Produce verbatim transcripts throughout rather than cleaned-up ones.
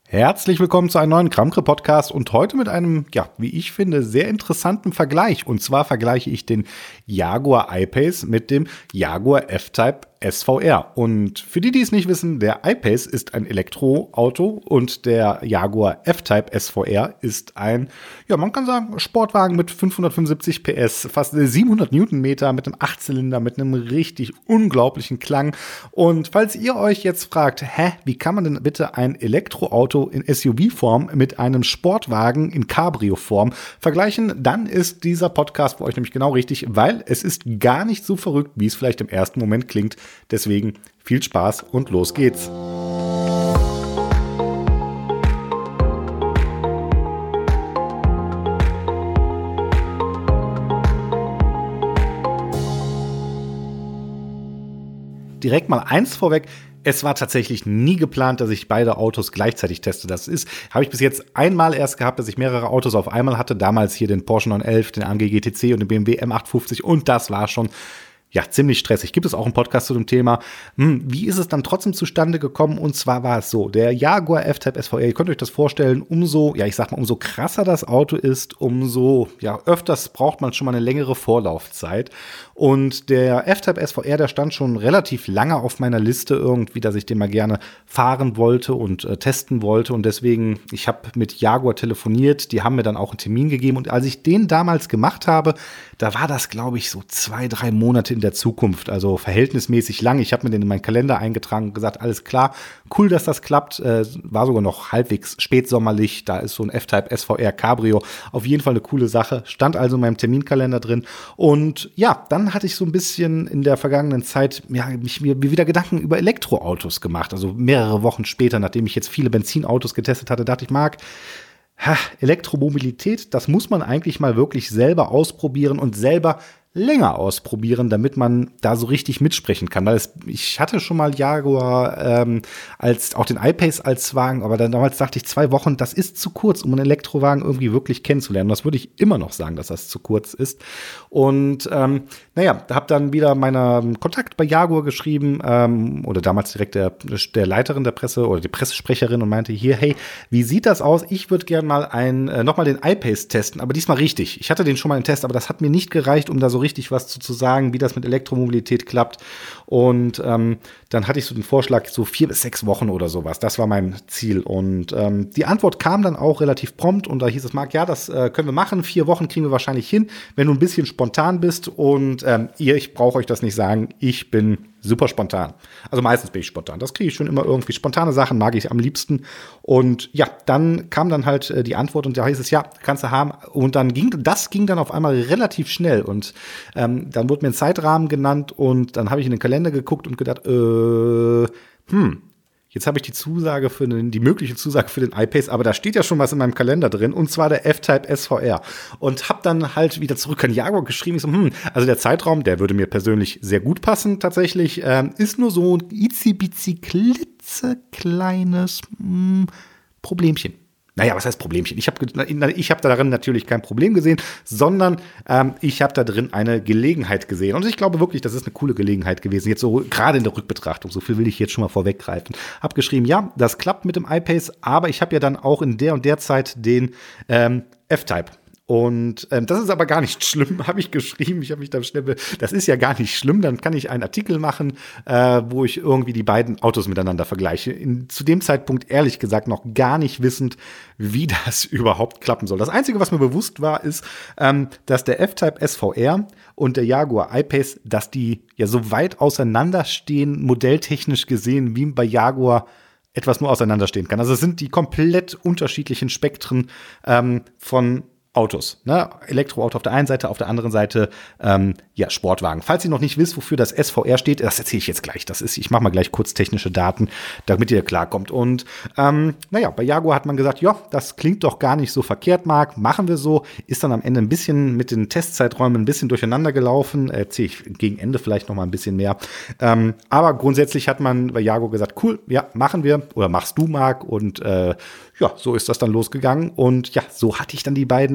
Herzlich willkommen zu einem neuen Kramkre-Podcast und heute mit einem, ja, wie ich finde, sehr interessanten Vergleich. Und zwar vergleiche ich den Jaguar I-Pace mit dem Jaguar F-Type S V R. Und für die, die es nicht wissen, der I-Pace ist ein Elektroauto und der Jaguar F-Type S V R ist ein, ja, man kann sagen, Sportwagen mit fünfhundertfünfundsiebzig P S, fast siebenhundert Newtonmeter, mit einem Achtzylinder, mit einem richtig unglaublichen Klang. Und falls ihr euch jetzt fragt, hä, wie kann man denn bitte ein Elektroauto in S U V-Form mit einem Sportwagen in Cabrio-Form vergleichen, dann ist dieser Podcast für euch nämlich genau richtig, weil es ist gar nicht so verrückt, wie es vielleicht im ersten Moment klingt. Deswegen viel Spaß und los geht's. Direkt mal eins vorweg. Es war tatsächlich nie geplant, dass ich beide Autos gleichzeitig teste. Das ist, habe ich bis jetzt einmal erst gehabt, dass ich mehrere Autos auf einmal hatte. Damals hier den Porsche neun elf, den A M G G T C und den B M W M achthundertfünfzig und das war schon ja, ziemlich stressig. Gibt es auch einen Podcast zu dem Thema. Hm, wie ist es dann trotzdem zustande gekommen? Und zwar war es so, der Jaguar F-Type S V R, ihr könnt euch das vorstellen, umso, ja, ich sag mal, umso krasser das Auto ist, umso, ja, öfters braucht man schon mal eine längere Vorlaufzeit. Und der F-Type S V R, der stand schon relativ lange auf meiner Liste irgendwie, dass ich den mal gerne fahren wollte und äh, testen wollte. Und deswegen, ich habe mit Jaguar telefoniert, die haben mir dann auch einen Termin gegeben. Und als ich den damals gemacht habe, da war das, glaube ich, so zwei, drei Monate in der Zukunft, also verhältnismäßig lang. Ich habe mir den in meinen Kalender eingetragen und gesagt, alles klar, cool, dass das klappt. Äh, war sogar noch halbwegs spätsommerlich. Da ist so ein F-Type S V R Cabrio auf jeden Fall eine coole Sache. Stand also in meinem Terminkalender drin. Und ja, dann hatte ich so ein bisschen in der vergangenen Zeit ja, mich, mir wieder Gedanken über Elektroautos gemacht. Also mehrere Wochen später, nachdem ich jetzt viele Benzinautos getestet hatte, dachte ich, Marc, ha, Elektromobilität, das muss man eigentlich mal wirklich selber ausprobieren und selber länger ausprobieren, damit man da so richtig mitsprechen kann. Weil es, ich hatte schon mal Jaguar ähm, als auch den I-Pace als Wagen, aber dann damals dachte ich, zwei Wochen, das ist zu kurz, um einen Elektrowagen irgendwie wirklich kennenzulernen. Das würde ich immer noch sagen, dass das zu kurz ist. Und ähm, naja, habe dann wieder meinen Kontakt bei Jaguar geschrieben ähm, oder damals direkt der, der Leiterin der Presse oder die Pressesprecherin und meinte hier, hey, wie sieht das aus? Ich würde gerne mal ein, äh, noch mal den I-Pace testen, aber diesmal richtig. Ich hatte den schon mal im Test, aber das hat mir nicht gereicht, um da so richtig was zu, zu sagen, wie das mit Elektromobilität klappt. Und ähm, dann hatte ich so den Vorschlag, so vier bis sechs Wochen oder sowas. Das war mein Ziel. Und ähm, die Antwort kam dann auch relativ prompt. Und da hieß es, Marc, ja, das äh, können wir machen. Vier Wochen kriegen wir wahrscheinlich hin, wenn du ein bisschen spontan bist. Und ähm, ihr, ich brauche euch das nicht sagen, ich bin super spontan. Also meistens bin ich spontan. Das kriege ich schon immer irgendwie. Spontane Sachen mag ich am liebsten. Und ja, dann kam dann halt äh, die Antwort und da hieß es, ja, kannst du haben. Und dann ging, das ging dann auf einmal relativ schnell. Und ähm, dann wurde mir ein Zeitrahmen genannt und dann habe ich in den Kalender geguckt und gedacht, äh, hm, jetzt habe ich die Zusage für den, die mögliche Zusage für den I-Pace, aber da steht ja schon was in meinem Kalender drin, und zwar der F-Type S V R. Und habe dann halt wieder zurück an Jaguar geschrieben. Ich so, hm, also der Zeitraum, der würde mir persönlich sehr gut passen, tatsächlich. Ähm, ist nur so ein itzi-bitzi klitzekleines hm, Problemchen. Naja, was heißt Problemchen? Ich habe ich hab darin natürlich kein Problem gesehen, sondern ähm, ich habe da drin eine Gelegenheit gesehen. Und ich glaube wirklich, das ist eine coole Gelegenheit gewesen. Jetzt so gerade in der Rückbetrachtung, so viel will ich jetzt schon mal vorweggreifen. Hab geschrieben, ja, das klappt mit dem I-Pace, aber ich habe ja dann auch in der und der Zeit den ähm, F-Type. Und ähm, das ist aber gar nicht schlimm, habe ich geschrieben. Ich habe mich da schnell, das ist ja gar nicht schlimm. Dann kann ich einen Artikel machen, äh, wo ich irgendwie die beiden Autos miteinander vergleiche. In, zu dem Zeitpunkt ehrlich gesagt noch gar nicht wissend, wie das überhaupt klappen soll. Das Einzige, was mir bewusst war, ist, ähm, dass der F-Type S V R und der Jaguar I-Pace, dass die ja so weit auseinanderstehen, modelltechnisch gesehen, wie bei Jaguar etwas nur auseinanderstehen kann. Also es sind die komplett unterschiedlichen Spektren ähm, von Autos, ne? Elektroauto auf der einen Seite, auf der anderen Seite ähm, ja, Sportwagen. Falls ihr noch nicht wisst, wofür das S V R steht, das erzähle ich jetzt gleich. Das ist, ich mache mal gleich kurz technische Daten, damit ihr klarkommt. Und ähm, naja, bei Jaguar hat man gesagt, ja, das klingt doch gar nicht so verkehrt, Marc, machen wir so. Ist dann am Ende ein bisschen mit den Testzeiträumen ein bisschen durcheinander gelaufen. Erzähle ich gegen Ende vielleicht noch mal ein bisschen mehr. Ähm, aber grundsätzlich hat man bei Jaguar gesagt, cool, ja, machen wir. Oder machst du, Marc. Und äh, ja, so ist das dann losgegangen. Und ja, so hatte ich dann die beiden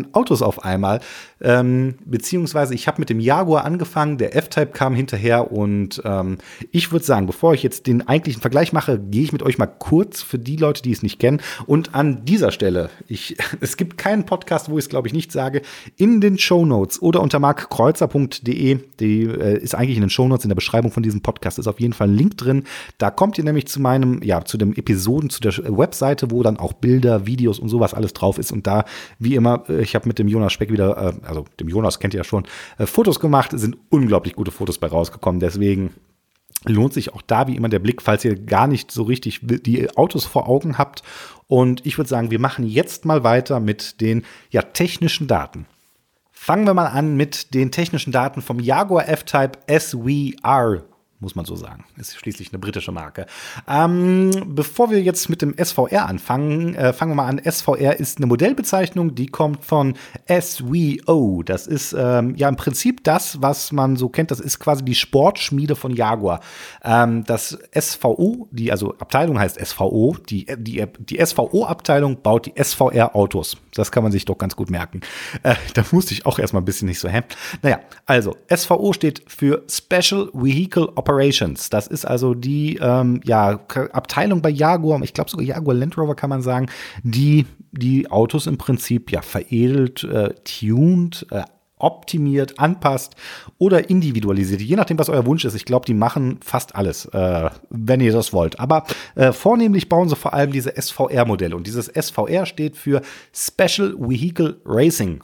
allen Autos auf einmal. Ähm, beziehungsweise ich habe mit dem Jaguar angefangen, der F-Type kam hinterher und ähm, ich würde sagen, bevor ich jetzt den eigentlichen Vergleich mache, gehe ich mit euch mal kurz für die Leute, die es nicht kennen. Und an dieser Stelle, ich, es gibt keinen Podcast, wo ich es, glaube ich, nicht sage, in den Shownotes oder unter markkreuzer punkt de, die äh, ist eigentlich in den Shownotes, in der Beschreibung von diesem Podcast, ist auf jeden Fall ein Link drin. Da kommt ihr nämlich zu meinem, ja, zu den Episoden, zu der Webseite, wo dann auch Bilder, Videos und sowas alles drauf ist. Und da, wie immer, ich habe mit dem Jonas Speck wieder, äh, also dem Jonas kennt ihr ja schon, äh, Fotos gemacht. Es sind unglaublich gute Fotos bei rausgekommen. Deswegen lohnt sich auch da wie immer der Blick, falls ihr gar nicht so richtig die Autos vor Augen habt. Und ich würde sagen, wir machen jetzt mal weiter mit den ja, technischen Daten. Fangen wir mal an mit den technischen Daten vom Jaguar F-Type S V R. Muss man so sagen. Ist schließlich eine britische Marke. Ähm, bevor wir jetzt mit dem S V R anfangen, äh, fangen wir mal an. S V R ist eine Modellbezeichnung, die kommt von S V O. Das ist ähm, ja im Prinzip das, was man so kennt. Das ist quasi die Sportschmiede von Jaguar. Ähm, das S V O, die also Abteilung heißt S V O. Die, die, die S V O-Abteilung baut die S V R-Autos. Das kann man sich doch ganz gut merken. Äh, da musste ich auch erstmal ein bisschen nicht so, hä? Naja, also S V O steht für Special Vehicle Operations. Das ist also die ähm, ja, Abteilung bei Jaguar, ich glaube sogar Jaguar Land Rover kann man sagen, die die Autos im Prinzip ja veredelt, äh, tuned, äh, optimiert, anpasst oder individualisiert, je nachdem, was euer Wunsch ist. Ich glaube, die machen fast alles, äh, wenn ihr das wollt. Aber äh, vornehmlich bauen sie vor allem diese S V R-Modelle. Und dieses S V R steht für Special Vehicle Racing.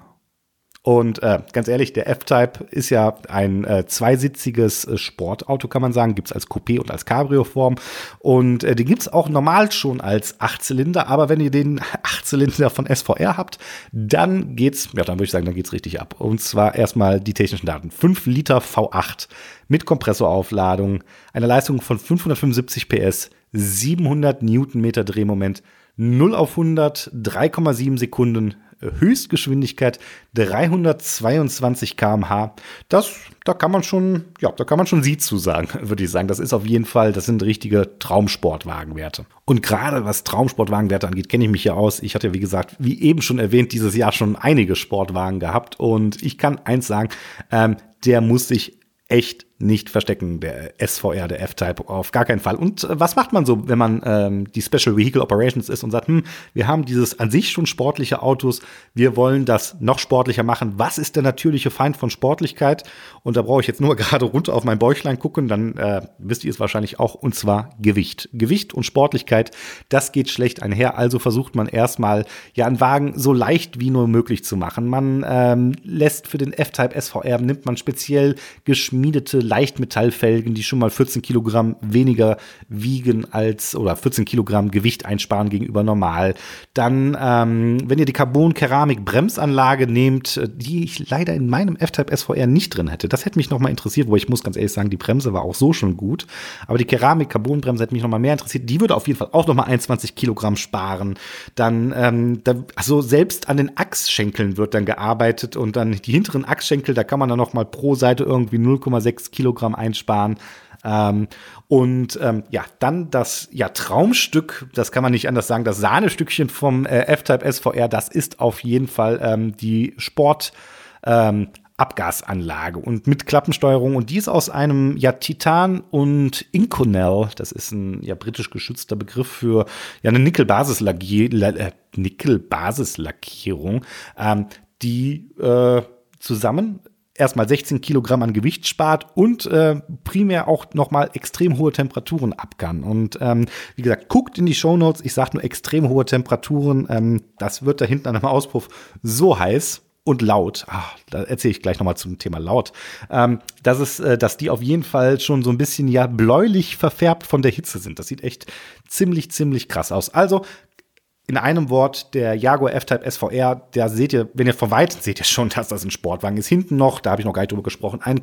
Und äh, ganz ehrlich, der F-Type ist ja ein äh, zweisitziges äh, Sportauto, kann man sagen. Gibt's als Coupé und als Cabrio-Form. Und äh, den gibt's auch normal schon als Achtzylinder. Aber wenn ihr den Achtzylinder von S V R habt, dann geht's, ja, dann würde ich sagen, dann geht's richtig ab. Und zwar erstmal die technischen Daten. fünf Liter V acht mit Kompressoraufladung, eine Leistung von fünfhundertfünfundsiebzig P S, siebenhundert Newtonmeter Drehmoment, null auf hundert, drei Komma sieben Sekunden, Höchstgeschwindigkeit dreihundertzweiundzwanzig Kilometer pro Stunde. Das, da kann man schon, ja, da kann man schon Sie zu sagen, würde ich sagen. Das ist auf jeden Fall, das sind richtige Traumsportwagenwerte. Und gerade was Traumsportwagenwerte angeht, kenne ich mich ja aus. Ich hatte, wie gesagt, wie eben schon erwähnt, dieses Jahr schon einige Sportwagen gehabt. Und ich kann eins sagen, ähm, der muss sich echt nicht verstecken, der S V R, der F-Type, auf gar keinen Fall. Und äh, was macht man so, wenn man ähm, die Special Vehicle Operations ist und sagt, hm, wir haben dieses an sich schon sportliche Autos, wir wollen das noch sportlicher machen. Was ist der natürliche Feind von Sportlichkeit? Und da brauche ich jetzt nur gerade runter auf mein Bäuchlein gucken, dann äh, wisst ihr es wahrscheinlich auch, und zwar Gewicht. Gewicht und Sportlichkeit, das geht schlecht einher, also versucht man erstmal, ja, einen Wagen so leicht wie nur möglich zu machen. Man ähm, lässt für den F-Type S V R, nimmt man speziell geschmiedete Leichtmetallfelgen, die schon mal vierzehn Kilogramm weniger wiegen als, oder vierzehn Kilogramm Gewicht einsparen gegenüber normal. Dann, ähm, wenn ihr die Carbon-Keramik-Bremsanlage nehmt, die ich leider in meinem F-Type S V R nicht drin hätte, das hätte mich noch mal interessiert, wo ich muss ganz ehrlich sagen, die Bremse war auch so schon gut, aber die Keramik-Carbon-Bremse hätte mich noch mal mehr interessiert. Die würde auf jeden Fall auch noch mal einundzwanzig Kilogramm sparen. Dann, ähm, da, also selbst an den Achsschenkeln wird dann gearbeitet und dann die hinteren Achsschenkel, da kann man dann noch mal pro Seite irgendwie null Komma sechs Kilogramm einsparen. Ähm, und ähm, ja, dann das ja, Traumstück, das kann man nicht anders sagen, das Sahnestückchen vom äh, F-Type S V R, das ist auf jeden Fall ähm, die Sport ähm, Abgasanlage und mit Klappensteuerung, und die ist aus einem ja Titan und Inconel, das ist ein ja britisch geschützter Begriff für ja eine Nickel-Basis-Lackierung, äh, Nickel-Basis-Lackierung, ähm, die äh, zusammen erstmal sechzehn Kilogramm an Gewicht spart und äh, primär auch nochmal extrem hohe Temperaturen ab kann. Und ähm, wie gesagt, guckt in die Shownotes, ich sage nur extrem hohe Temperaturen, ähm, das wird da hinten an einem Auspuff so heiß und laut, ach, da erzähle ich gleich nochmal zum Thema laut, ähm, dass, es, äh, dass die auf jeden Fall schon so ein bisschen ja bläulich verfärbt von der Hitze sind. Das sieht echt ziemlich, ziemlich krass aus. Also in einem Wort, der Jaguar F-Type S V R, da seht ihr, wenn ihr von weitem seht ihr schon, dass das ein Sportwagen ist. Hinten noch, da habe ich noch gar nicht drüber gesprochen, ein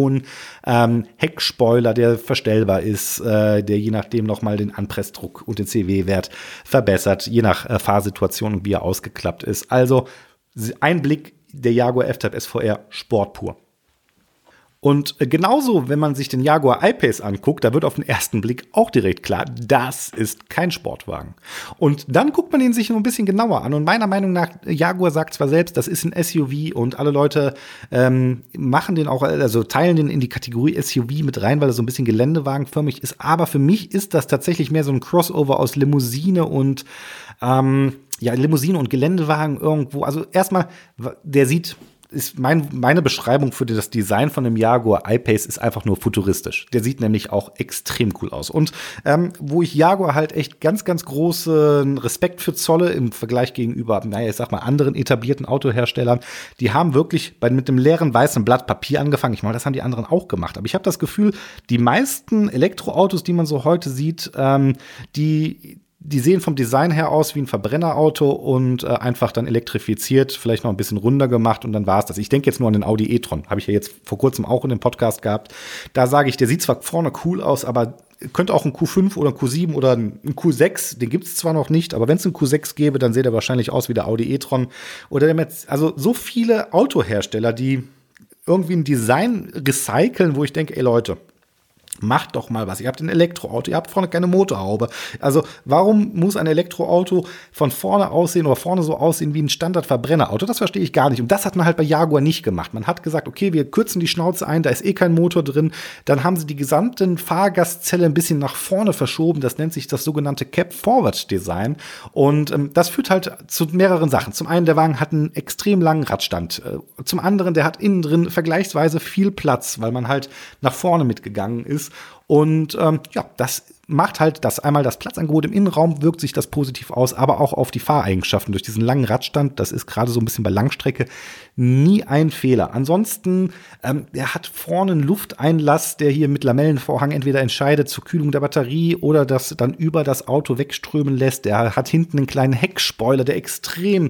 Carbon-Heckspoiler, ähm, der verstellbar ist, äh, der je nachdem nochmal den Anpressdruck und den C W-Wert verbessert, je nach äh, Fahrsituation und wie er ausgeklappt ist. Also ein Blick, der Jaguar F-Type S V R, Sport pur. Und äh, genauso, wenn man sich den Jaguar I-Pace anguckt, da wird auf den ersten Blick auch direkt klar, das ist kein Sportwagen. Und dann guckt man ihn sich noch ein bisschen genauer an. Und meiner Meinung nach, Jaguar sagt zwar selbst, das ist ein S U V und alle Leute ähm, machen den auch, also teilen den in die Kategorie S U V mit rein, weil er so ein bisschen geländewagenförmig ist. Aber für mich ist das tatsächlich mehr so ein Crossover aus Limousine und ähm, ja, Limousine und Geländewagen irgendwo. Also erstmal, der sieht, ist mein, meine Beschreibung für das Design von dem Jaguar I-Pace ist einfach nur futuristisch. Der sieht nämlich auch extrem cool aus. Und ähm, wo ich Jaguar halt echt ganz, ganz großen Respekt für zolle im Vergleich gegenüber, naja, ich sag mal, anderen etablierten Autoherstellern, die haben wirklich bei, mit dem leeren weißen Blatt Papier angefangen. Ich meine, das haben die anderen auch gemacht. Aber ich habe das Gefühl, die meisten Elektroautos, die man so heute sieht, ähm, die Die sehen vom Design her aus wie ein Verbrennerauto und äh, einfach dann elektrifiziert, vielleicht noch ein bisschen runder gemacht und dann war es das. Ich denke jetzt nur an den Audi e-tron, habe ich ja jetzt vor kurzem auch in dem Podcast gehabt. Da sage ich, der sieht zwar vorne cool aus, aber könnte auch ein Q fünf oder ein Q sieben oder ein Q sechs, den gibt es zwar noch nicht, aber wenn es einen Q sechs gäbe, dann sähe der wahrscheinlich aus wie der Audi e-tron. Oder der Metz, also so viele Autohersteller, die irgendwie ein Design recyceln, wo ich denke, ey Leute, macht doch mal was. Ihr habt ein Elektroauto, ihr habt vorne keine Motorhaube. Also warum muss ein Elektroauto von vorne aussehen oder vorne so aussehen wie ein Standard-Verbrennerauto? Das verstehe ich gar nicht. Und das hat man halt bei Jaguar nicht gemacht. Man hat gesagt, okay, wir kürzen die Schnauze ein, da ist eh kein Motor drin. Dann haben sie die gesamten Fahrgastzelle ein bisschen nach vorne verschoben. Das nennt sich das sogenannte Cab-Forward-Design. Und ähm, das führt halt zu mehreren Sachen. Zum einen, der Wagen hat einen extrem langen Radstand. Äh, zum anderen, der hat innen drin vergleichsweise viel Platz, weil man halt nach vorne mitgegangen ist. Und ähm, ja, das macht halt das einmal das Platzangebot im Innenraum, wirkt sich das positiv aus, aber auch auf die Fahreigenschaften durch diesen langen Radstand. Das ist gerade so ein bisschen bei Langstrecke nie ein Fehler. Ansonsten, ähm, er hat vorne einen Lufteinlass, der hier mit Lamellenvorhang entweder entscheidet zur Kühlung der Batterie oder das dann über das Auto wegströmen lässt. Er hat hinten einen kleinen Heckspoiler, der extrem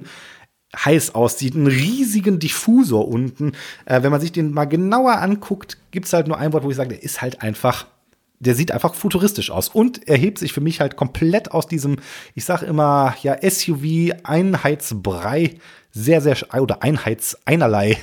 heiß aussieht, einen riesigen Diffusor unten. Äh, wenn man sich den mal genauer anguckt, gibt es halt nur ein Wort, wo ich sage, der ist halt einfach, der sieht einfach futuristisch aus und er hebt sich für mich halt komplett aus diesem, ich sage immer, ja, S U V-Einheitsbrei sehr, sehr, oder Einheits, einerlei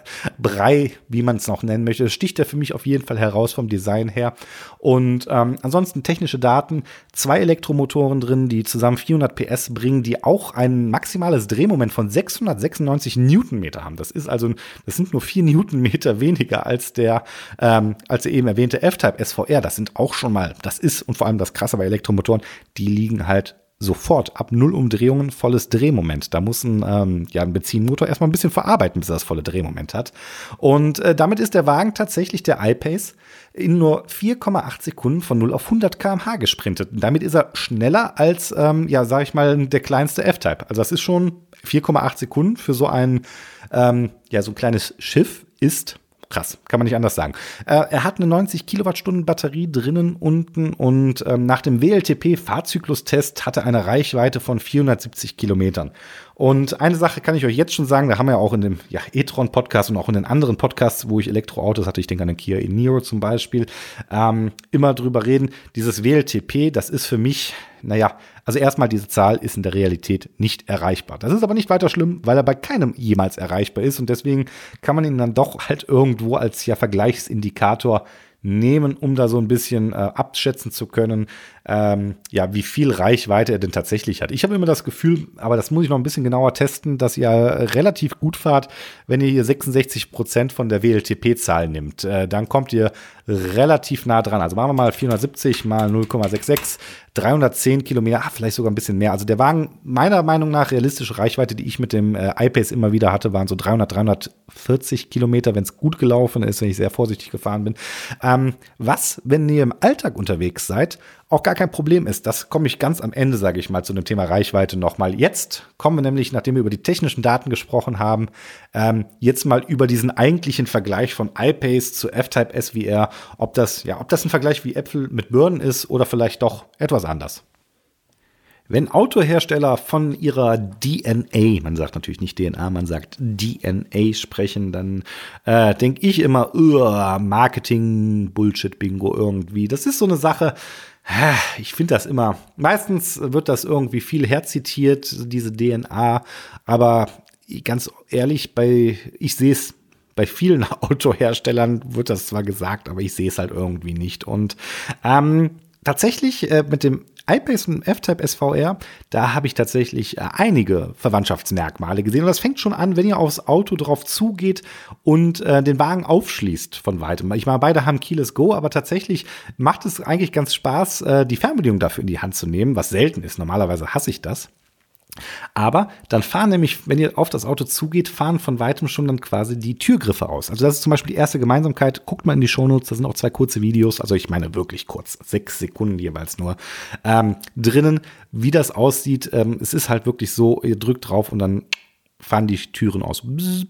Brei, wie man es noch nennen möchte. Das sticht er für mich auf jeden Fall heraus vom Design her. Und ähm, ansonsten technische Daten, zwei Elektromotoren drin, die zusammen vierhundert P S bringen, die auch ein maximales Drehmoment von sechshundertsechsundneunzig Newtonmeter haben. Das ist also, das sind nur vier Newtonmeter weniger als der, ähm, als der eben erwähnte F-Type S V R. Das sind auch schon mal, das ist, und vor allem das Krasse bei Elektromotoren, die liegen halt sofort ab null Umdrehungen volles Drehmoment. Da muss ein, ähm, ja, ein Benzinmotor erstmal ein bisschen verarbeiten, bis er das volle Drehmoment hat. Und äh, damit ist der Wagen tatsächlich, der I-Pace, in nur vier Komma acht Sekunden von null auf hundert Kilometer pro Stunde gesprintet. Und damit ist er schneller als, ähm, ja, sag ich mal, der kleinste F-Type. Also das ist schon vier Komma acht Sekunden für so ein, ähm, ja, so ein kleines Schiff ist krass, kann man nicht anders sagen. Äh, er hat eine neunzig Kilowattstunden Batterie drinnen unten und ähm, nach dem W L T P-Fahrzyklustest hatte er eine Reichweite von vierhundertsiebzig Kilometern. Und eine Sache kann ich euch jetzt schon sagen, da haben wir ja auch in dem ja, e-tron-Podcast und auch in den anderen Podcasts, wo ich Elektroautos hatte, ich denke an den Kia e-Niro zum Beispiel, ähm, immer drüber reden. Dieses W L T P, das ist für mich, naja, also erstmal diese Zahl ist in der Realität nicht erreichbar. Das ist aber nicht weiter schlimm, weil er bei keinem jemals erreichbar ist und deswegen kann man ihn dann doch halt irgendwo als ja Vergleichsindikator nehmen, um da so ein bisschen äh, abschätzen zu können, ähm, ja, wie viel Reichweite er denn tatsächlich hat. Ich habe immer das Gefühl, aber das muss ich noch ein bisschen genauer testen, dass ihr relativ gut fahrt, wenn ihr hier sechsundsechzig Prozent von der W L T P-Zahl nimmt. Äh, dann kommt ihr relativ nah dran. Also machen wir mal vierhundertsiebzig mal null Komma sechsundsechzig, dreihundertzehn Kilometer, ah, vielleicht sogar ein bisschen mehr. Also der Wagen, meiner Meinung nach, realistische Reichweite, die ich mit dem äh, I-Pace immer wieder hatte, waren so dreihundert, dreihundertvierzig Kilometer, wenn es gut gelaufen ist, wenn ich sehr vorsichtig gefahren bin. Ähm, was, wenn ihr im Alltag unterwegs seid, auch gar kein Problem ist. Das komme ich ganz am Ende, sage ich mal, zu dem Thema Reichweite nochmal. Jetzt kommen wir nämlich, nachdem wir über die technischen Daten gesprochen haben, ähm, jetzt mal über diesen eigentlichen Vergleich von I-Pace zu F-Type S V R, ob das, ja, ob das ein Vergleich wie Äpfel mit Birnen ist oder vielleicht doch etwas anders. Wenn Autohersteller von ihrer D N A, man sagt natürlich nicht D N A, man sagt D N A sprechen, dann äh, denke ich immer, uh, Marketing, Bullshit, Bingo irgendwie. Das ist so eine Sache, ich finde das immer, meistens wird das irgendwie viel herzitiert, diese D N A, aber ganz ehrlich, bei ich sehe es bei vielen Autoherstellern wird das zwar gesagt, aber ich sehe es halt irgendwie nicht. Und ähm, tatsächlich äh, mit dem iPace und F-Type S V R, da habe ich tatsächlich äh, einige Verwandtschaftsmerkmale gesehen. Und das fängt schon an, wenn ihr aufs Auto drauf zugeht und äh, den Wagen aufschließt von weitem. Ich meine, beide haben Keyless Go, aber tatsächlich macht es eigentlich ganz Spaß, äh, die Fernbedienung dafür in die Hand zu nehmen, was selten ist. Normalerweise hasse ich das. Aber dann fahren nämlich, wenn ihr auf das Auto zugeht, fahren von weitem schon dann quasi die Türgriffe aus. Also das ist zum Beispiel die erste Gemeinsamkeit. Guckt mal in die Shownotes, da sind auch zwei kurze Videos, also ich meine wirklich kurz, sechs Sekunden jeweils nur, ähm, drinnen, wie das aussieht. Ähm, es ist halt wirklich so, ihr drückt drauf und dann fahren die Türen aus. Bzz.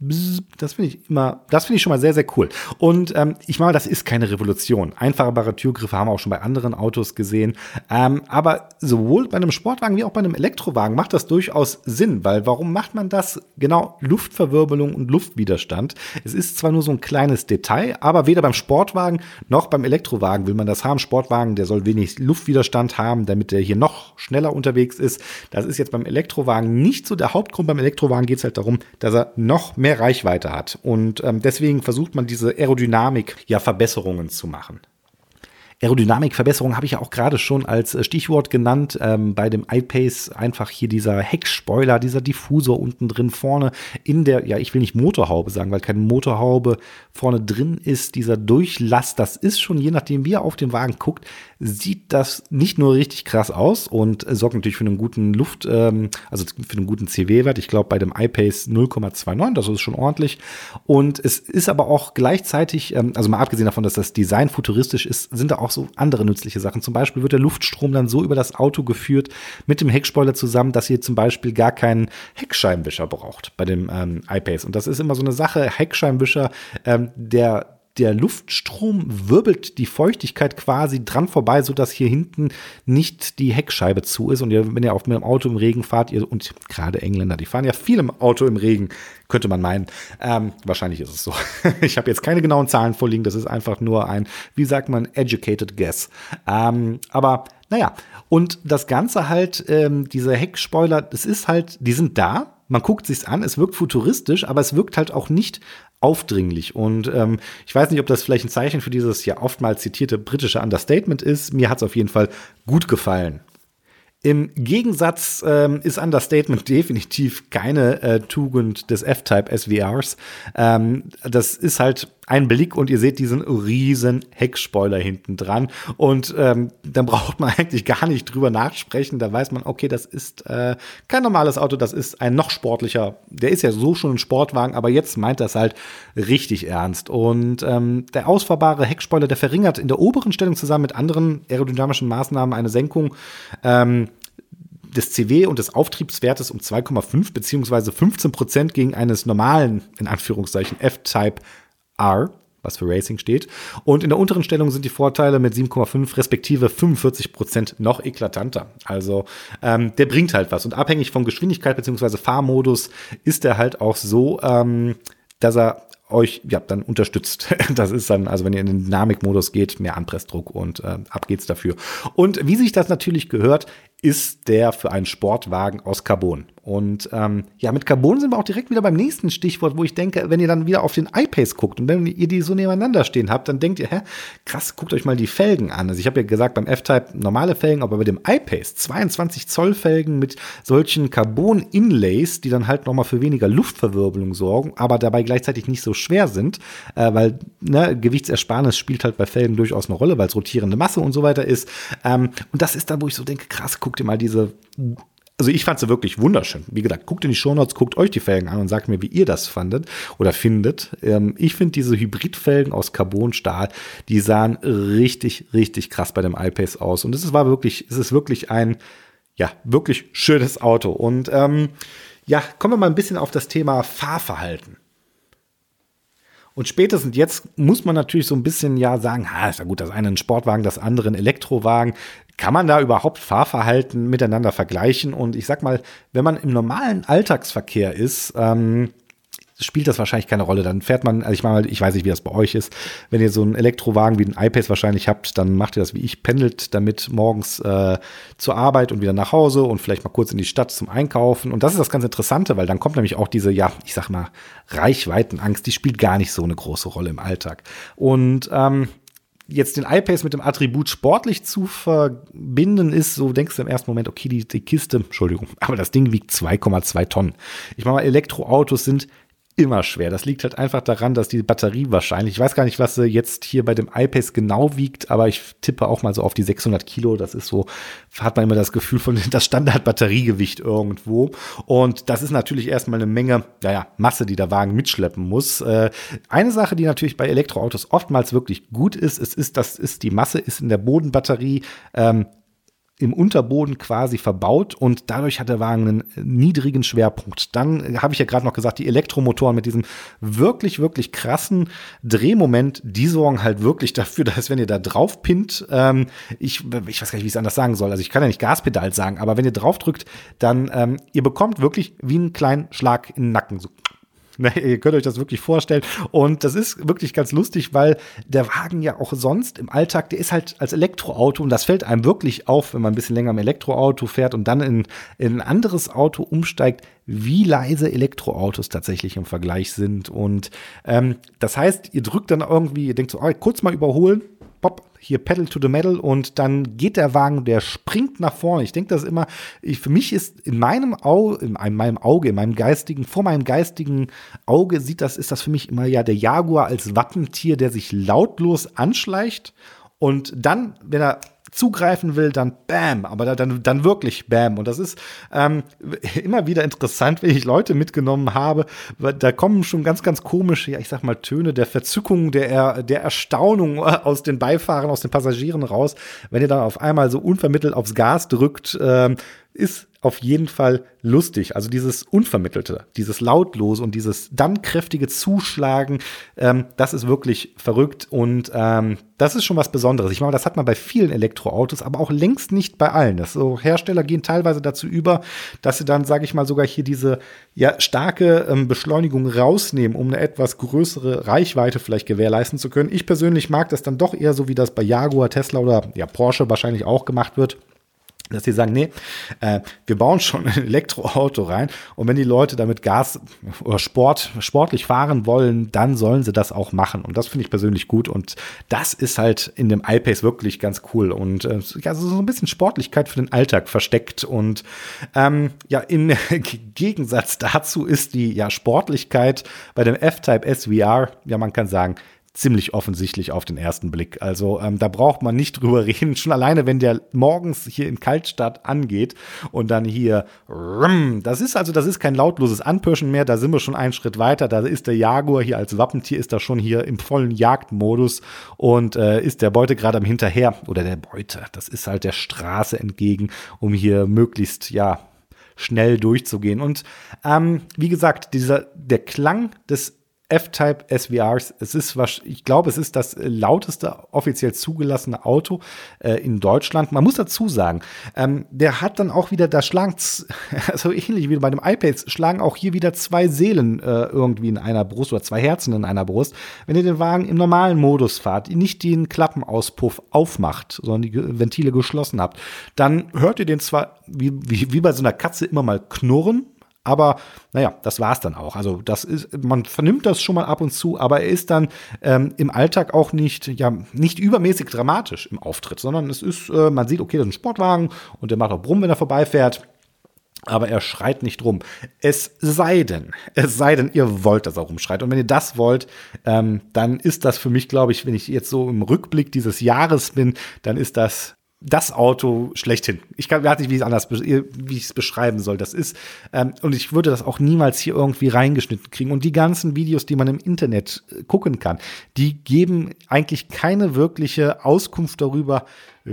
Das finde ich immer, das finde ich schon mal sehr, sehr cool. Und ähm, ich meine, das ist keine Revolution. Einfahrbare Türgriffe haben wir auch schon bei anderen Autos gesehen. Ähm, aber sowohl bei einem Sportwagen wie auch bei einem Elektrowagen macht das durchaus Sinn, weil warum macht man das? Genau, Luftverwirbelung und Luftwiderstand. Es ist zwar nur so ein kleines Detail, aber weder beim Sportwagen noch beim Elektrowagen will man das haben. Sportwagen, der soll wenig Luftwiderstand haben, damit der hier noch schneller unterwegs ist. Das ist jetzt beim Elektrowagen nicht so der Hauptgrund. Beim Elektrowagen geht es halt darum, dass er noch mehr Reichweite hat. Und ähm, deswegen versucht man diese Aerodynamik, ja, Verbesserungen zu machen. Aerodynamikverbesserung habe ich ja auch gerade schon als Stichwort genannt. Ähm, bei dem iPace einfach hier dieser Heckspoiler, dieser Diffusor unten drin vorne in der, ja, ich will nicht Motorhaube sagen, weil keine Motorhaube vorne drin ist. Dieser Durchlass, das ist schon, je nachdem, wie er auf den Wagen guckt, sieht das nicht nur richtig krass aus und sorgt natürlich für einen guten Luft, ähm, also für einen guten C W-Wert. Ich glaube, bei dem iPace null Komma neunundzwanzig, das ist schon ordentlich. Und es ist aber auch gleichzeitig, ähm, also mal abgesehen davon, dass das Design futuristisch ist, sind da auch so andere nützliche Sachen. Zum Beispiel wird der Luftstrom dann so über das Auto geführt mit dem Heckspoiler zusammen, dass ihr zum Beispiel gar keinen Heckscheibenwischer braucht bei dem ähm, iPace. Und das ist immer so eine Sache, Heckscheibenwischer, ähm, der Der Luftstrom wirbelt die Feuchtigkeit quasi dran vorbei, sodass hier hinten nicht die Heckscheibe zu ist. Und ihr, wenn ihr auf mit dem Auto im Regen fahrt, ihr, und gerade Engländer, die fahren ja viel im Auto im Regen, könnte man meinen. Ähm, wahrscheinlich ist es so. Ich habe jetzt keine genauen Zahlen vorliegen, das ist einfach nur ein, wie sagt man, educated guess. Ähm, aber naja, und das Ganze halt, ähm, diese Heckspoiler, das ist halt, die sind da. Man guckt sich's an, es wirkt futuristisch, aber es wirkt halt auch nicht aufdringlich. Und ähm, ich weiß nicht, ob das vielleicht ein Zeichen für dieses ja oftmals zitierte britische Understatement ist. Mir hat's auf jeden Fall gut gefallen. Im Gegensatz ähm, ist Understatement definitiv keine äh, Tugend des F-Type S V Rs. Ähm, das ist halt ein Blick und ihr seht diesen riesen Heckspoiler hinten dran. Und ähm, dann braucht man eigentlich gar nicht drüber nachsprechen. Da weiß man, okay, das ist äh, kein normales Auto, das ist ein noch sportlicher. Der ist ja so schon ein Sportwagen, aber jetzt meint das halt richtig ernst. Und ähm, der ausfahrbare Heckspoiler, der verringert in der oberen Stellung zusammen mit anderen aerodynamischen Maßnahmen eine Senkung ähm, des C W und des Auftriebswertes um zwei Komma fünf beziehungsweise fünfzehn Prozent gegen eines normalen, in Anführungszeichen, F-Type R, was für Racing steht. Und in der unteren Stellung sind die Vorteile mit sieben Komma fünf respektive fünfundvierzig Prozent noch eklatanter. Also ähm, der bringt halt was. Und abhängig von Geschwindigkeit beziehungsweise Fahrmodus ist er halt auch so, ähm, dass er euch ja dann unterstützt. Das ist dann, also wenn ihr in den Dynamikmodus geht, mehr Anpressdruck und äh, ab geht's dafür. Und wie sich das natürlich gehört, ist der für einen Sportwagen aus Carbon. Und ähm, ja, mit Carbon sind wir auch direkt wieder beim nächsten Stichwort, wo ich denke, wenn ihr dann wieder auf den iPace guckt und wenn ihr die so nebeneinander stehen habt, dann denkt ihr, hä, krass, guckt euch mal die Felgen an. Also ich habe ja gesagt, beim F-Type normale Felgen, aber bei dem iPace zweiundzwanzig Zoll Felgen mit solchen Carbon-Inlays, die dann halt nochmal für weniger Luftverwirbelung sorgen, aber dabei gleichzeitig nicht so schwer sind, äh, weil ne, Gewichtsersparnis spielt halt bei Felgen durchaus eine Rolle, weil es rotierende Masse und so weiter ist. Ähm, und das ist dann, wo ich so denke, krass, guckt ihr mal diese. Also ich fand sie wirklich wunderschön. Wie gesagt, guckt in die Shownotes, guckt euch die Felgen an und sagt mir, wie ihr das fandet oder findet. Ähm, ich finde diese Hybridfelgen aus Carbonstahl, die sahen richtig, richtig krass bei dem iPace aus. Und es war wirklich, es ist wirklich ein, ja, wirklich schönes Auto. Und ähm, ja, kommen wir mal ein bisschen auf das Thema Fahrverhalten. Und spätestens jetzt muss man natürlich so ein bisschen ja sagen, ha, ist ja gut, das eine ein Sportwagen, das andere ein Elektrowagen. Kann man da überhaupt Fahrverhalten miteinander vergleichen? Und ich sag mal, wenn man im normalen Alltagsverkehr ist, ähm, spielt das wahrscheinlich keine Rolle. Dann fährt man, also ich meine, ich weiß nicht, wie das bei euch ist. Wenn ihr so einen Elektrowagen wie den I-Pace wahrscheinlich habt, dann macht ihr das wie ich, pendelt damit morgens äh, zur Arbeit und wieder nach Hause und vielleicht mal kurz in die Stadt zum Einkaufen. Und das ist das ganz Interessante, weil dann kommt nämlich auch diese, ja, ich sag mal, Reichweitenangst, die spielt gar nicht so eine große Rolle im Alltag. Und ähm, jetzt den I-Pace mit dem Attribut sportlich zu verbinden ist, so denkst du im ersten Moment, okay, die, die Kiste, Entschuldigung, aber das Ding wiegt zwei Komma zwei Tonnen. Ich meine mal, Elektroautos sind immer schwer. Das liegt halt einfach daran, dass die Batterie wahrscheinlich, ich weiß gar nicht, was sie jetzt hier bei dem I-Pace genau wiegt, aber ich tippe auch mal so auf die sechshundert Kilo. Das ist so, hat man immer das Gefühl von das Standard-Batteriegewicht irgendwo. Und das ist natürlich erstmal eine Menge, naja, Masse, die der Wagen mitschleppen muss. Äh, eine Sache, die natürlich bei Elektroautos oftmals wirklich gut ist, es ist, das ist, die Masse ist in der Bodenbatterie ähm, im Unterboden quasi verbaut und dadurch hat der Wagen einen niedrigen Schwerpunkt. Dann habe ich ja gerade noch gesagt, die Elektromotoren mit diesem wirklich, wirklich krassen Drehmoment, die sorgen halt wirklich dafür, dass wenn ihr da drauf pinnt, ähm, ich, ich weiß gar nicht, wie ich es anders sagen soll, also ich kann ja nicht Gaspedal sagen, aber wenn ihr drauf drückt, dann ähm, ihr bekommt wirklich wie einen kleinen Schlag in den Nacken, so. Ihr könnt euch das wirklich vorstellen. Und das ist wirklich ganz lustig, weil der Wagen ja auch sonst im Alltag, der ist halt als Elektroauto und das fällt einem wirklich auf, wenn man ein bisschen länger im Elektroauto fährt und dann in, in ein anderes Auto umsteigt, wie leise Elektroautos tatsächlich im Vergleich sind. Und ähm, das heißt, ihr drückt dann irgendwie, ihr denkt so, oh, kurz mal überholen, pop, hier Pedal to the Metal und dann geht der Wagen, der springt nach vorne. Ich denke das immer, ich, für mich ist in meinem Auge, in meinem Auge, in meinem geistigen, vor meinem geistigen Auge sieht das, ist das für mich immer ja der Jaguar als Wappentier, der sich lautlos anschleicht und dann, wenn er zugreifen will, dann bam, aber dann, dann wirklich bam. Und das ist ähm, immer wieder interessant, wenn ich Leute mitgenommen habe, weil da kommen schon ganz, ganz komische, ja, ich sag mal, Töne der Verzückung, der, der Erstaunung aus den Beifahrern, aus den Passagieren raus, wenn ihr dann auf einmal so unvermittelt aufs Gas drückt, ähm, ist auf jeden Fall lustig. Also dieses Unvermittelte, dieses Lautlose und dieses dann kräftige Zuschlagen, ähm, das ist wirklich verrückt und ähm, das ist schon was Besonderes. Ich meine, das hat man bei vielen Elektroautos, aber auch längst nicht bei allen. Das so Hersteller gehen teilweise dazu über, dass sie dann, sage ich mal, sogar hier diese ja starke ähm, Beschleunigung rausnehmen, um eine etwas größere Reichweite vielleicht gewährleisten zu können. Ich persönlich mag das dann doch eher so, wie das bei Jaguar, Tesla oder ja Porsche wahrscheinlich auch gemacht wird, dass die sagen, nee, äh, wir bauen schon ein Elektroauto rein und wenn die Leute damit Gas oder Sport, sportlich fahren wollen, dann sollen sie das auch machen und das finde ich persönlich gut und das ist halt in dem I-Pace wirklich ganz cool und äh, ja, so ein bisschen Sportlichkeit für den Alltag versteckt und ähm, ja, im Gegensatz dazu ist die ja Sportlichkeit bei dem F-Type S V R, ja, man kann sagen, ziemlich offensichtlich auf den ersten Blick. Also ähm, da braucht man nicht drüber reden. Schon alleine, wenn der morgens hier in Kaltstart angeht und dann hier, das ist also, das ist kein lautloses Anpirschen mehr. Da sind wir schon einen Schritt weiter. Da ist der Jaguar hier als Wappentier, ist da schon hier im vollen Jagdmodus und äh, ist der Beute gerade am Hinterher. Oder der Beute, das ist halt der Straße entgegen, um hier möglichst, ja, schnell durchzugehen. Und ähm, wie gesagt, dieser, der Klang des F-Type S V Rs, es ist, ich glaube, es ist das lauteste offiziell zugelassene Auto äh, in Deutschland. Man muss dazu sagen, ähm, der hat dann auch wieder, da schlagen, also ähnlich wie bei dem I-Pace, schlagen auch hier wieder zwei Seelen äh, irgendwie in einer Brust oder zwei Herzen in einer Brust. Wenn ihr den Wagen im normalen Modus fahrt, nicht den Klappenauspuff aufmacht, sondern die Ventile geschlossen habt, dann hört ihr den zwar wie, wie, wie bei so einer Katze immer mal knurren, aber naja, das war's dann auch. Also das ist, man vernimmt das schon mal ab und zu, aber er ist dann ähm, im Alltag auch nicht, ja, nicht übermäßig dramatisch im Auftritt, sondern es ist, äh, man sieht, okay, das ist ein Sportwagen und der macht auch Brumm, wenn er vorbeifährt. Aber er schreit nicht rum. Es sei denn, es sei denn, ihr wollt, dass er rumschreit. Und wenn ihr das wollt, ähm, dann ist das für mich, glaube ich, wenn ich jetzt so im Rückblick dieses Jahres bin, dann ist das das Auto schlechthin. Ich kann, weiß nicht, wie ich es anders, wie ich es beschreiben soll. Das ist, ähm, und ich würde das auch niemals hier irgendwie reingeschnitten kriegen. Und die ganzen Videos, die man im Internet äh, gucken kann, die geben eigentlich keine wirkliche Auskunft darüber,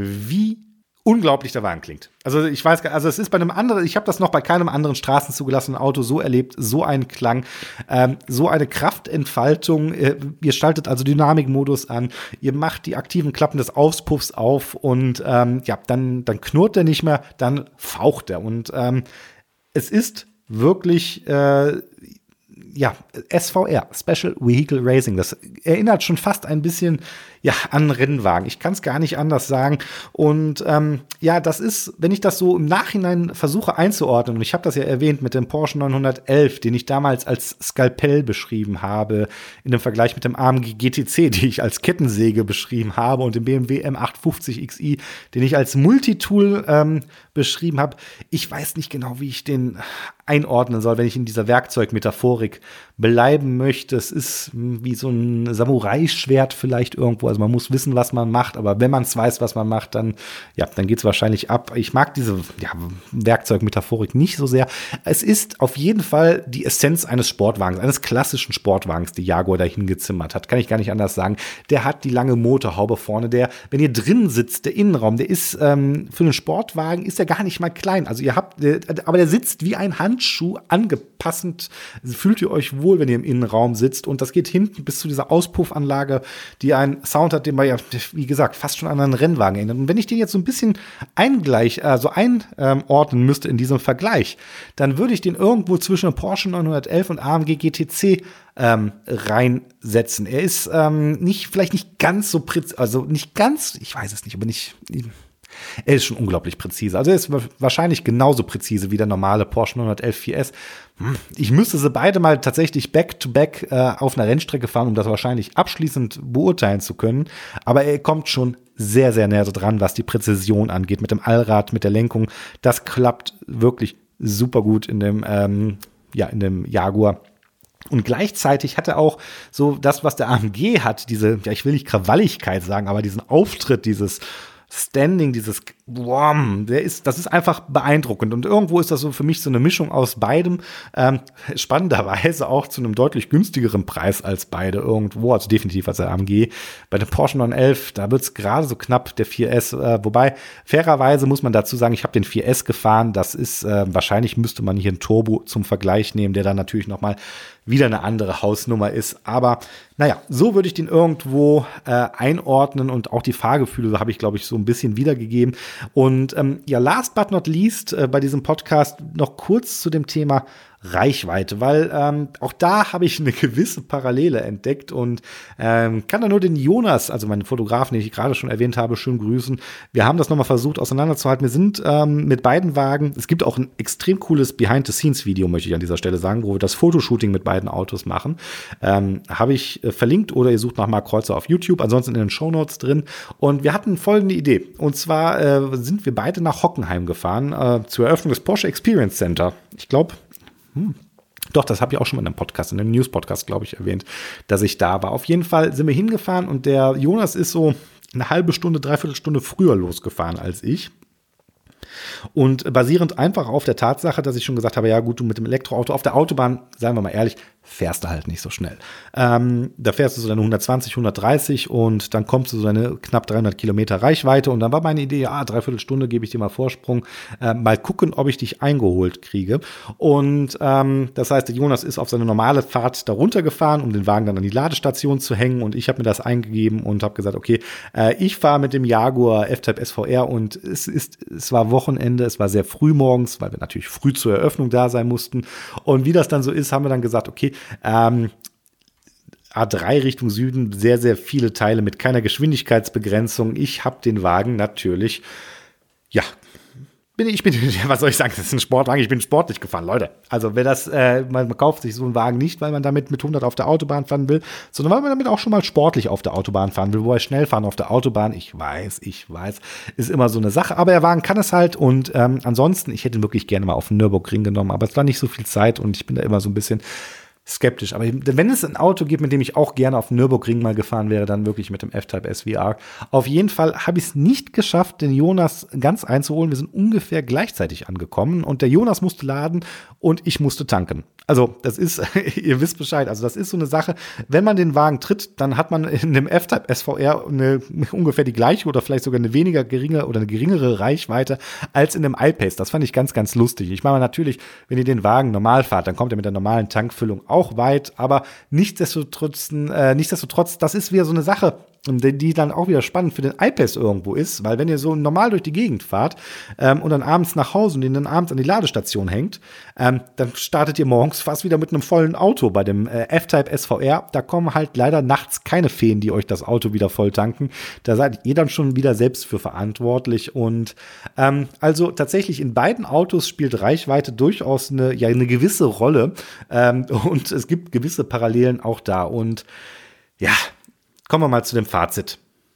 wie unglaublich der Wagen klingt. Also ich weiß gar, also es ist bei einem anderen, ich habe das noch bei keinem anderen straßenzugelassenen Auto so erlebt, so ein Klang, ähm, so eine Kraftentfaltung. Äh, ihr schaltet also Dynamikmodus an, ihr macht die aktiven Klappen des Auspuffs auf und ähm, ja, dann, dann knurrt er nicht mehr, dann faucht er. Und ähm, es ist wirklich, äh, ja, S V R, Special Vehicle Racing. Das erinnert schon fast ein bisschen ja, an Rennwagen. Ich kann es gar nicht anders sagen. Und ähm, ja, das ist, wenn ich das so im Nachhinein versuche einzuordnen, und ich habe das ja erwähnt mit dem Porsche neunhundertelf, den ich damals als Skalpell beschrieben habe, in dem Vergleich mit dem A M G G T C, den ich als Kettensäge beschrieben habe, und dem B M W M achthundertfünfzig X i, den ich als Multitool ähm, beschrieben habe. Ich weiß nicht genau, wie ich den einordnen soll, wenn ich in dieser Werkzeugmetaphorik bleiben möchte. Es ist wie so ein Samurai-Schwert vielleicht irgendwo. Also man muss wissen, was man macht, aber wenn man es weiß, was man macht, dann, ja, dann geht es wahrscheinlich ab. Ich mag diese ja, Werkzeugmetaphorik nicht so sehr. Es ist auf jeden Fall die Essenz eines Sportwagens, eines klassischen Sportwagens, die Jaguar da hingezimmert hat. Kann ich gar nicht anders sagen. Der hat die lange Motorhaube vorne. Der, wenn ihr drin sitzt, der Innenraum, der ist ähm, für einen Sportwagen ist der gar nicht mal klein. Also ihr habt, der, aber der sitzt wie ein Handschuh angepassend. Fühlt ihr euch wohl, wenn ihr im Innenraum sitzt. Und das geht hinten bis zu dieser Auspuffanlage, die einen Sound hat, den man ja, wie gesagt, fast schon an einen Rennwagen erinnert. Und wenn ich den jetzt so ein bisschen eingleich, also einordnen müsste in diesem Vergleich, dann würde ich den irgendwo zwischen Porsche neunhundertelf und A M G G T C ähm, reinsetzen. Er ist ähm, nicht, vielleicht nicht ganz so präzise, also nicht ganz, ich weiß es nicht, aber nicht. Er ist schon unglaublich präzise. Also er ist wahrscheinlich genauso präzise wie der normale Porsche neunhundertelf vier S. Ich müsste sie beide mal tatsächlich back-to-back äh, auf einer Rennstrecke fahren, um das wahrscheinlich abschließend beurteilen zu können. Aber er kommt schon sehr, sehr näher dran, was die Präzision angeht. Mit dem Allrad, mit der Lenkung. Das klappt wirklich super gut in dem, ähm, ja, in dem Jaguar. Und gleichzeitig hat er auch so das, was der A M G hat, diese, ja, ich will nicht Krawalligkeit sagen, aber diesen Auftritt, dieses Standing, dieses Wom, der ist, das ist einfach beeindruckend. Und irgendwo ist das so für mich so eine Mischung aus beidem. Ähm, spannenderweise auch zu einem deutlich günstigeren Preis als beide irgendwo, also definitiv als der A M G. Bei dem Porsche neunhundertelf, da wird es gerade so knapp, der vier S. Äh, wobei, fairerweise muss man dazu sagen, ich habe den vier S gefahren. Das ist, äh, wahrscheinlich müsste man hier einen Turbo zum Vergleich nehmen, der dann natürlich noch mal wieder eine andere Hausnummer ist. Aber naja, so würde ich den irgendwo äh, einordnen und auch die Fahrgefühle habe ich, glaube ich, so ein bisschen wiedergegeben. Und ähm, ja, last but not least äh, bei diesem Podcast noch kurz zu dem Thema Reichweite, weil ähm, auch da habe ich eine gewisse Parallele entdeckt und ähm, kann da nur den Jonas, also meinen Fotografen, den ich gerade schon erwähnt habe, schön grüßen. Wir haben das nochmal versucht auseinanderzuhalten. Wir sind ähm, mit beiden Wagen, es gibt auch ein extrem cooles Behind-the-Scenes-Video, möchte ich an dieser Stelle sagen, wo wir das Fotoshooting mit beiden Autos machen. Ähm, habe ich äh, verlinkt oder ihr sucht nach Marc Kreuzer auf YouTube, ansonsten in den Shownotes drin. Und wir hatten folgende Idee. Und zwar äh, sind wir beide nach Hockenheim gefahren äh, zur Eröffnung des Porsche Experience Center. Ich glaube, Hm. Doch, das habe ich auch schon mal in einem Podcast, in einem News-Podcast, glaube ich, erwähnt, dass ich da war. Auf jeden Fall sind wir hingefahren und der Jonas ist so eine halbe Stunde, dreiviertel Stunde früher losgefahren als ich. Und basierend einfach auf der Tatsache, dass ich schon gesagt habe, ja gut, du mit dem Elektroauto auf der Autobahn, sagen wir mal ehrlich, fährst du halt nicht so schnell. Ähm, da fährst du so deine hundertzwanzig, hundertdreißig und dann kommst du so eine knapp dreihundert Kilometer Reichweite und dann war meine Idee, ja, dreiviertel Stunde gebe ich dir mal Vorsprung, äh, mal gucken, ob ich dich eingeholt kriege. Und ähm, das heißt, der Jonas ist auf seine normale Fahrt da runtergefahren, um den Wagen dann an die Ladestation zu hängen und ich habe mir das eingegeben und habe gesagt, okay, äh, ich fahre mit dem Jaguar F-Type S V R und es ist, es war Wochenende, es war sehr früh morgens, weil wir natürlich früh zur Eröffnung da sein mussten und wie das dann so ist, haben wir dann gesagt, okay, Ähm, A drei Richtung Süden, sehr, sehr viele Teile mit keiner Geschwindigkeitsbegrenzung. Ich habe den Wagen natürlich, ja, bin ich bin, was soll ich sagen, das ist ein Sportwagen, ich bin sportlich gefahren, Leute. Also wer das, äh, man kauft sich so einen Wagen nicht, weil man damit mit hundert auf der Autobahn fahren will, sondern weil man damit auch schon mal sportlich auf der Autobahn fahren will, wo er schnell fahren auf der Autobahn, ich weiß, ich weiß, ist immer so eine Sache, aber der Wagen kann es halt und ähm, ansonsten, ich hätte ihn wirklich gerne mal auf den Nürburgring genommen, aber es war nicht so viel Zeit und ich bin da immer so ein bisschen skeptisch. Aber wenn es ein Auto gibt, mit dem ich auch gerne auf den Nürburgring mal gefahren wäre, dann wirklich mit dem F-Type S V R. Auf jeden Fall habe ich es nicht geschafft, den Jonas ganz einzuholen. Wir sind ungefähr gleichzeitig angekommen und der Jonas musste laden und ich musste tanken. Also das ist, ihr wisst Bescheid, also das ist so eine Sache, wenn man den Wagen tritt, dann hat man in dem F-Type S V R eine, ungefähr die gleiche oder vielleicht sogar eine weniger geringe oder eine geringere Reichweite als in dem I-Pace. Das fand ich ganz, ganz lustig. Ich meine natürlich, wenn ihr den Wagen normal fahrt, dann kommt er mit der normalen Tankfüllung auch weit, aber nichtsdestotrotz, äh, nichtsdestotrotz, das ist wieder so eine Sache. die, die dann auch wieder spannend für den I-Pace irgendwo ist, weil wenn ihr so normal durch die Gegend fahrt ähm, und dann abends nach Hause und den dann abends an die Ladestation hängt, ähm, dann startet ihr morgens fast wieder mit einem vollen Auto bei dem äh, F-Type S V R. Da kommen halt leider nachts keine Feen, die euch das Auto wieder voll tanken. Da seid ihr dann schon wieder selbst für verantwortlich. Und ähm, also tatsächlich in beiden Autos spielt Reichweite durchaus eine, ja, eine gewisse Rolle. Ähm, und es gibt gewisse Parallelen auch da. Und ja, kommen wir mal zu dem Fazit.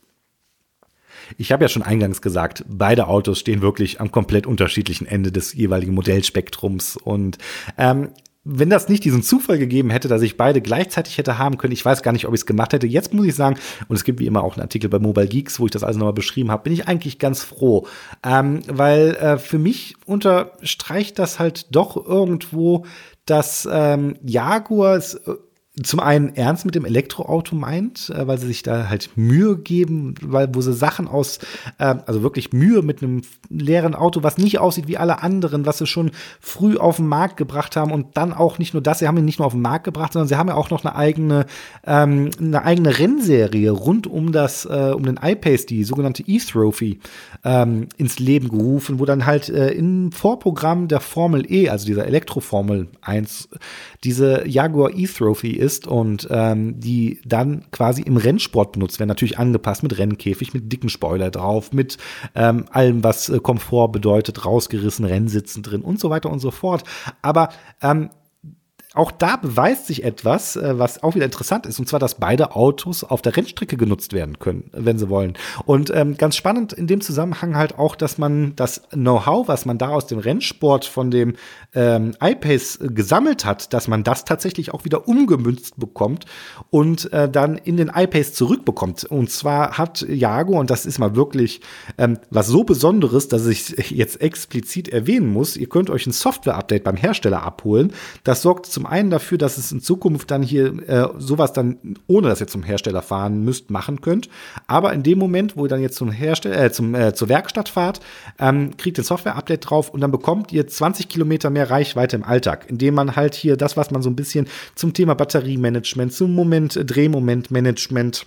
Ich habe ja schon eingangs gesagt, beide Autos stehen wirklich am komplett unterschiedlichen Ende des jeweiligen Modellspektrums. Und ähm, wenn das nicht diesen Zufall gegeben hätte, dass ich beide gleichzeitig hätte haben können, ich weiß gar nicht, ob ich es gemacht hätte. Jetzt muss ich sagen, und es gibt wie immer auch einen Artikel bei Mobile Geeks, wo ich das also nochmal beschrieben habe, bin ich eigentlich ganz froh. Ähm, weil äh, für mich unterstreicht das halt doch irgendwo, dass ähm, Jaguar es äh, zum einen ernst mit dem Elektroauto meint, äh, weil sie sich da halt Mühe geben, weil wo sie Sachen aus, äh, also wirklich Mühe mit einem leeren Auto, was nicht aussieht wie alle anderen, was sie schon früh auf den Markt gebracht haben und dann auch nicht nur das, sie haben ihn nicht nur auf den Markt gebracht, sondern sie haben ja auch noch eine eigene, ähm, eine eigene Rennserie rund um das, äh, um den I-Pace, die sogenannte E-Trophy, ähm, ins Leben gerufen, wo dann halt äh, im Vorprogramm der Formel E, also dieser Elektroformel eins, diese Jaguar E-Trophy ist und ähm, die dann quasi im Rennsport benutzt werden, natürlich angepasst mit Rennkäfig, mit dicken Spoiler drauf, mit ähm, allem, was äh, Komfort bedeutet, rausgerissen, Rennsitzen drin und so weiter und so fort. Aber ähm, auch da beweist sich etwas, was auch wieder interessant ist, und zwar, dass beide Autos auf der Rennstrecke genutzt werden können, wenn sie wollen. Und ähm, ganz spannend in dem Zusammenhang halt auch, dass man das Know-how, was man da aus dem Rennsport von dem ähm, I-Pace gesammelt hat, dass man das tatsächlich auch wieder umgemünzt bekommt und äh, dann in den I-Pace zurückbekommt. Und zwar hat Jaguar, und das ist mal wirklich ähm, was so Besonderes, dass ich jetzt explizit erwähnen muss, ihr könnt euch ein Software-Update beim Hersteller abholen. Das sorgt zum Zum einen dafür, dass es in Zukunft dann hier äh, sowas dann, ohne dass ihr zum Hersteller fahren müsst, machen könnt. Aber in dem Moment, wo ihr dann jetzt zum Hersteller, äh, zum, äh, zur Werkstatt fahrt, ähm, kriegt ihr ein Software-Update drauf und dann bekommt ihr zwanzig Kilometer mehr Reichweite im Alltag, indem man halt hier das, was man so ein bisschen zum Thema Batteriemanagement, zum Moment, Drehmomentmanagement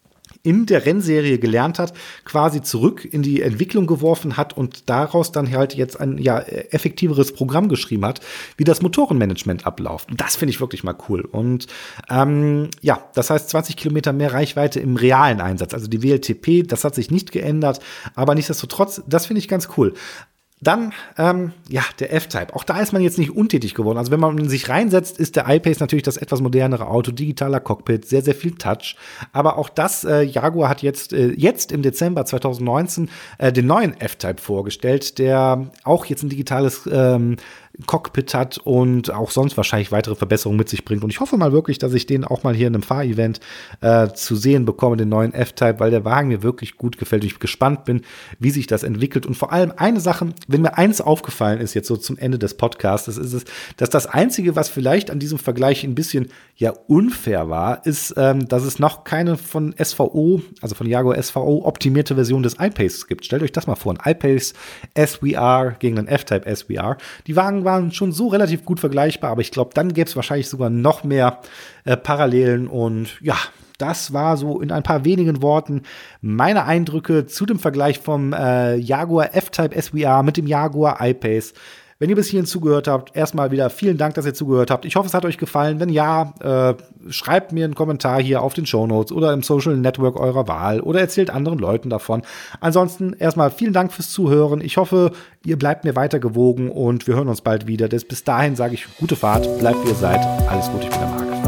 in der Rennserie gelernt hat, quasi zurück in die Entwicklung geworfen hat und daraus dann halt jetzt ein ja effektiveres Programm geschrieben hat, wie das Motorenmanagement abläuft. Und das finde ich wirklich mal cool. Und ähm, ja, das heißt zwanzig Kilometer mehr Reichweite im realen Einsatz. Also die W L T P, das hat sich nicht geändert, aber nichtsdestotrotz, das finde ich ganz cool. Dann, ähm, ja, der F-Type. Auch da ist man jetzt nicht untätig geworden. Also wenn man sich reinsetzt, ist der I-Pace natürlich das etwas modernere Auto, digitaler Cockpit, sehr, sehr viel Touch. Aber auch das, äh, Jaguar hat jetzt, äh, jetzt im Dezember zwanzig neunzehn äh, den neuen F-Type vorgestellt, der auch jetzt ein digitales ähm, Cockpit hat und auch sonst wahrscheinlich weitere Verbesserungen mit sich bringt. Und ich hoffe mal wirklich, dass ich den auch mal hier in einem Fahrevent äh, zu sehen bekomme, den neuen F-Type, weil der Wagen mir wirklich gut gefällt und ich gespannt bin, wie sich das entwickelt. Und vor allem eine Sache, wenn mir eins aufgefallen ist, jetzt so zum Ende des Podcasts, das ist es, dass das Einzige, was vielleicht an diesem Vergleich ein bisschen ja unfair war, ist, ähm, dass es noch keine von S V O, also von Jaguar S V O, optimierte Version des I-Pace gibt. Stellt euch das mal vor, ein I-Pace S V R gegen einen F-Type S V R. Die Wagen waren schon so relativ gut vergleichbar, aber ich glaube, dann gäbe es wahrscheinlich sogar noch mehr äh, Parallelen und ja, das war so in ein paar wenigen Worten meine Eindrücke zu dem Vergleich vom äh, Jaguar F-Type S V R mit dem Jaguar I-Pace. Wenn ihr bis hierhin zugehört habt, erstmal wieder vielen Dank, dass ihr zugehört habt. Ich hoffe, es hat euch gefallen. Wenn ja, äh, schreibt mir einen Kommentar hier auf den Shownotes oder im Social Network eurer Wahl oder erzählt anderen Leuten davon. Ansonsten erstmal vielen Dank fürs Zuhören. Ich hoffe, ihr bleibt mir weiter gewogen und wir hören uns bald wieder. Bis dahin sage ich gute Fahrt, bleibt wie ihr seid. Alles Gute, ich bin der Marc.